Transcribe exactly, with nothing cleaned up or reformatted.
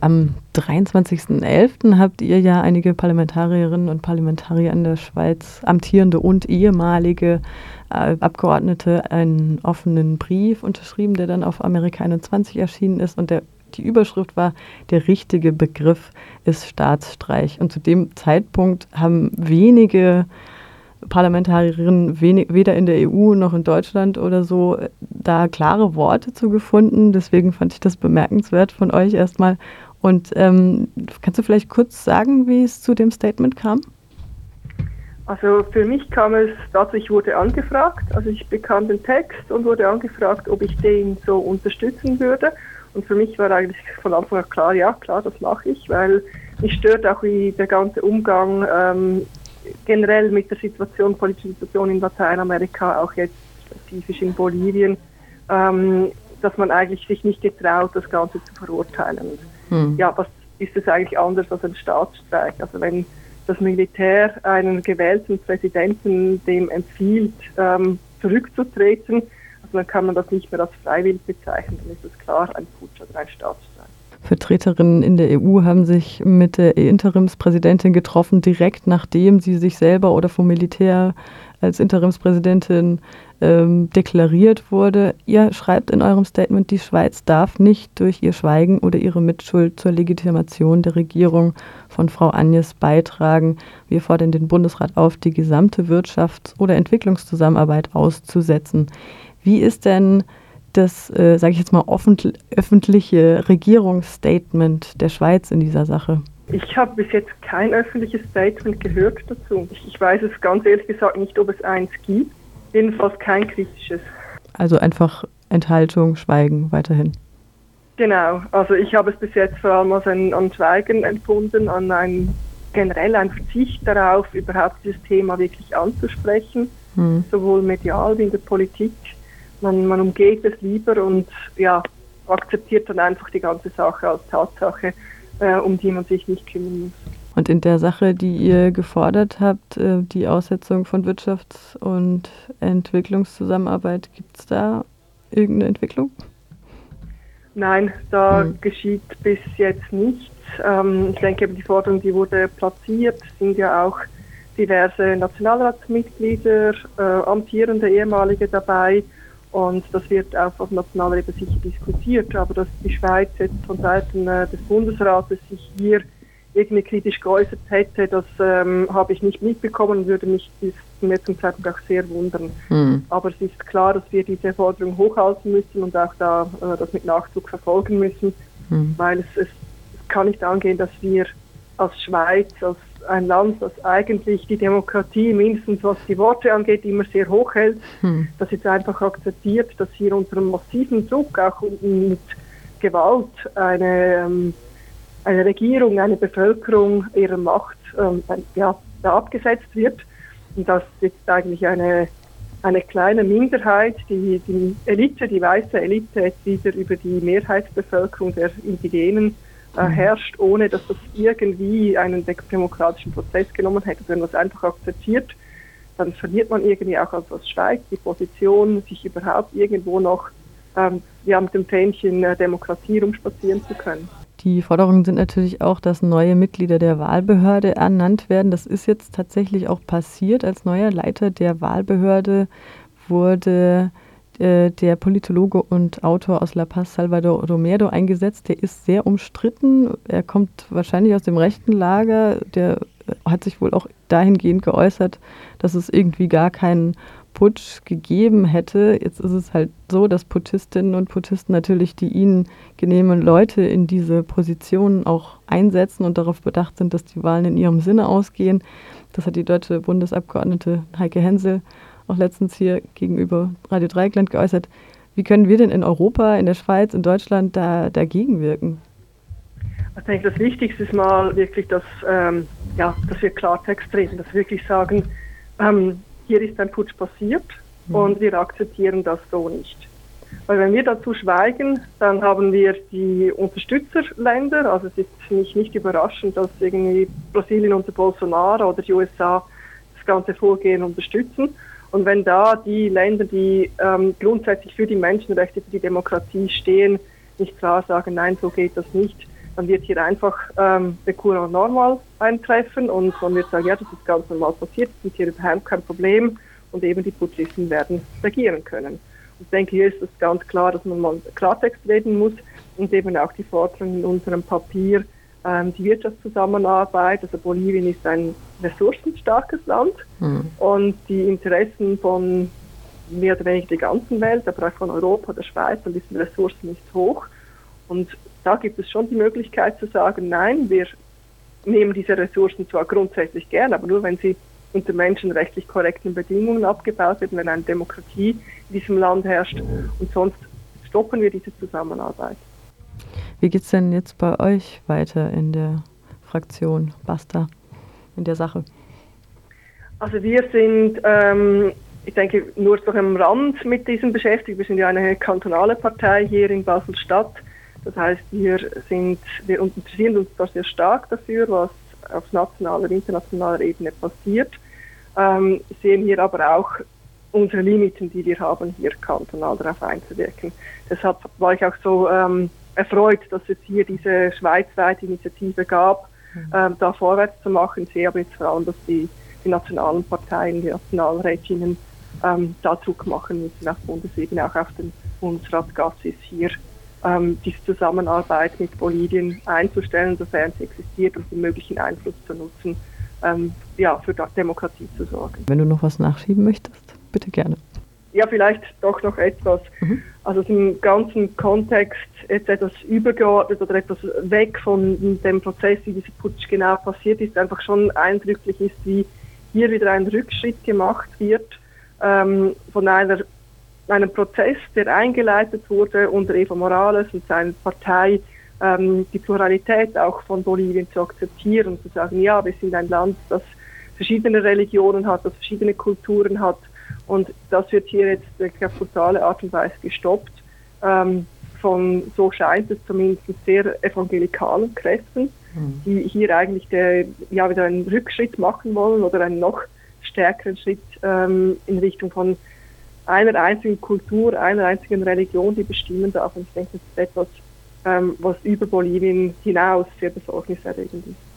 Am dreiundzwanzigsten elften habt ihr ja einige Parlamentarierinnen und Parlamentarier in der Schweiz, amtierende und ehemalige äh, Abgeordnete, einen offenen Brief unterschrieben, der dann auf Amerika einundzwanzig erschienen ist. Und der, die Überschrift war, der richtige Begriff ist Staatsstreich. Und zu dem Zeitpunkt haben wenige Parlamentarierinnen wenig, weder in der E U noch in Deutschland oder so da klare Worte zu gefunden. Deswegen fand ich das bemerkenswert von euch erstmal. Und ähm, kannst du vielleicht kurz sagen, wie es zu dem Statement kam? Also für mich kam es dazu, ich wurde angefragt, also ich bekam den Text und wurde angefragt, ob ich den so unterstützen würde. Und für mich war eigentlich von Anfang an klar, ja klar, das mache ich, weil mich stört auch wie der ganze Umgang ähm, generell mit der Situation, politischen Situation in Lateinamerika, auch jetzt spezifisch in Bolivien, ähm, dass man eigentlich sich nicht getraut, das Ganze zu verurteilen. Hm. Ja, was ist es eigentlich anders als ein Staatsstreich? Also wenn das Militär einen gewählten Präsidenten dem empfiehlt, ähm, zurückzutreten, also dann kann man das nicht mehr als freiwillig bezeichnen, dann ist es klar ein Putsch oder ein Staatsstreich. Vertreterinnen in der E U haben sich mit der Interimspräsidentin getroffen, direkt nachdem sie sich selber oder vom Militär als Interimspräsidentin ähm, deklariert wurde. Ihr schreibt in eurem Statement, die Schweiz darf nicht durch ihr Schweigen oder ihre Mitschuld zur Legitimation der Regierung von Frau Agnes beitragen. Wir fordern den Bundesrat auf, die gesamte Wirtschafts- oder Entwicklungszusammenarbeit auszusetzen. Wie ist denn das, äh, sage ich jetzt mal, offen- öffentliche Regierungsstatement der Schweiz in dieser Sache? Ich habe bis jetzt kein öffentliches Statement gehört dazu. Ich, ich weiß es ganz ehrlich gesagt nicht, ob es eins gibt. Jedenfalls kein kritisches. Also einfach Enthaltung, Schweigen weiterhin. Genau. Also ich habe es bis jetzt vor allem als ein an Schweigen empfunden, an ein generell ein Verzicht darauf, überhaupt dieses Thema wirklich anzusprechen, hm. sowohl medial wie in der Politik. Man, man umgeht es lieber und ja, akzeptiert dann einfach die ganze Sache als Tatsache, äh, um die man sich nicht kümmern muss. Und in der Sache, die ihr gefordert habt, äh, die Aussetzung von Wirtschafts- und Entwicklungszusammenarbeit, gibt es da irgendeine Entwicklung? Nein, da hm. geschieht bis jetzt nichts. Ähm, ich denke, die Forderung, die wurde platziert, sind ja auch diverse Nationalratsmitglieder, äh, amtierende, ehemalige dabei. Und das wird auch auf nationaler Ebene sicher diskutiert. Aber dass die Schweiz jetzt von Seiten äh, des Bundesrates sich hier irgendwie kritisch geäußert hätte, das ähm, habe ich nicht mitbekommen und würde mich bis zum jetzigen Zeitpunkt auch sehr wundern. Mhm. Aber es ist klar, dass wir diese Forderung hochhalten müssen und auch da äh, das mit Nachdruck verfolgen müssen, mhm. weil es, es, es kann nicht angehen, dass wir als Schweiz, als ein Land, das eigentlich die Demokratie, mindestens was die Worte angeht, immer sehr hoch hält, hm. das jetzt einfach akzeptiert, dass hier unter einem massiven Druck, auch mit Gewalt, eine, eine Regierung, eine Bevölkerung ihrer Macht ähm, ja, da abgesetzt wird. Und dass jetzt eigentlich eine, eine kleine Minderheit, die, die Elite, die weiße Elite, jetzt wieder über die Mehrheitsbevölkerung der Indigenen Äh, herrscht, ohne dass das irgendwie einen demokratischen Prozess genommen hätte. Wenn man es einfach akzeptiert, dann verliert man irgendwie auch als, als Schweiz die Position, sich überhaupt irgendwo noch ähm, ja, mit dem Fähnchen äh, Demokratie rumspazieren zu können. Die Forderungen sind natürlich auch, dass neue Mitglieder der Wahlbehörde ernannt werden. Das ist jetzt tatsächlich auch passiert. Als neuer Leiter der Wahlbehörde wurde der Politologe und Autor aus La Paz, Salvador Romero, eingesetzt. Der ist sehr umstritten. Er kommt wahrscheinlich aus dem rechten Lager. Der hat sich wohl auch dahingehend geäußert, dass es irgendwie gar keinen Putsch gegeben hätte. Jetzt ist es halt so, dass Putschistinnen und Putschisten natürlich die ihnen genehmen Leute in diese Positionen auch einsetzen und darauf bedacht sind, dass die Wahlen in ihrem Sinne ausgehen. Das hat die deutsche Bundesabgeordnete Heike Hensel auch letztens hier gegenüber Radio Dreieckland geäußert. Wie können wir denn in Europa, in der Schweiz, in Deutschland da dagegen wirken? Ich denke, das Wichtigste ist mal wirklich, dass, ähm, ja, dass wir Klartext reden, dass wir wirklich sagen, ähm, hier ist ein Putsch passiert mhm. und wir akzeptieren das so nicht. Weil wenn wir dazu schweigen, dann haben wir die Unterstützerländer, also es ist nicht, nicht überraschend, dass irgendwie Brasilien unter Bolsonaro oder die U S A das ganze Vorgehen unterstützen. Und wenn da die Länder, die ähm, grundsätzlich für die Menschenrechte, für die Demokratie stehen, nicht klar sagen, nein, so geht das nicht, dann wird hier einfach ähm, der Courant normal eintreffen und man wird sagen, ja, das ist ganz normal passiert, das ist hier überhaupt kein Problem und eben die Putschisten werden regieren können. Und ich denke, hier ist es ganz klar, dass man mal Klartext reden muss und eben auch die Forderung in unserem Papier, ähm, die Wirtschaftszusammenarbeit. Also Bolivien ist ein ressourcenstarkes Land mhm. und die Interessen von mehr oder weniger der ganzen Welt, aber auch von Europa, der Schweiz und diesen Ressourcen nicht hoch. Und da gibt es schon die Möglichkeit zu sagen, nein, wir nehmen diese Ressourcen zwar grundsätzlich gern, aber nur wenn sie unter menschenrechtlich korrekten Bedingungen abgebaut werden, wenn eine Demokratie in diesem Land herrscht und sonst stoppen wir diese Zusammenarbeit. Wie geht es denn jetzt bei euch weiter in der Fraktion Basta, in der Sache? Also wir sind, ähm, ich denke, nur so am Rand mit diesem beschäftigt. Wir sind ja eine kantonale Partei hier in Basel-Stadt. Das heißt, wir sind, wir interessieren uns da sehr stark dafür, was auf nationaler, internationaler Ebene passiert. Ähm, sehen hier aber auch unsere Limiten, die wir haben, hier kantonal darauf einzuwirken. Deshalb war ich auch so ähm, erfreut, dass es hier diese schweizweite Initiative gab, mhm. ähm, da vorwärts zu machen. Ich sehe aber jetzt vor allem, dass die, die nationalen Parteien, die Nationalrätinnen ähm, da Druck machen müssen auf Bundesebene, auch auf den Bundesrat Gassis hier ähm, diese Zusammenarbeit mit Bolivien einzustellen, sofern sie existiert, und den möglichen Einfluss zu nutzen, ähm, ja, für Demokratie zu sorgen. Wenn du noch was nachschieben möchtest, bitte gerne. Ja, vielleicht doch noch etwas. Mhm. Also im ganzen Kontext jetzt etwas übergeordnet oder etwas weg von dem Prozess, wie dieser Putsch genau passiert ist, einfach schon eindrücklich ist, wie hier wieder ein Rückschritt gemacht wird ähm, von einer, einem Prozess, der eingeleitet wurde unter Evo Morales und seiner Partei, ähm, die Pluralität auch von Bolivien zu akzeptieren und zu sagen, ja, wir sind ein Land, das verschiedene Religionen hat, das verschiedene Kulturen hat. Und das wird hier jetzt wirklich auf brutale Art und Weise gestoppt, ähm, von, so scheint es zumindest, sehr evangelikalen Kräften, mhm. die hier eigentlich der, ja, wieder einen Rückschritt machen wollen oder einen noch stärkeren Schritt ähm, in Richtung von einer einzigen Kultur, einer einzigen Religion, die bestimmen darf. Und ich denke, das ist etwas, ähm, was über Bolivien hinaus sehr besorgniserregend ist.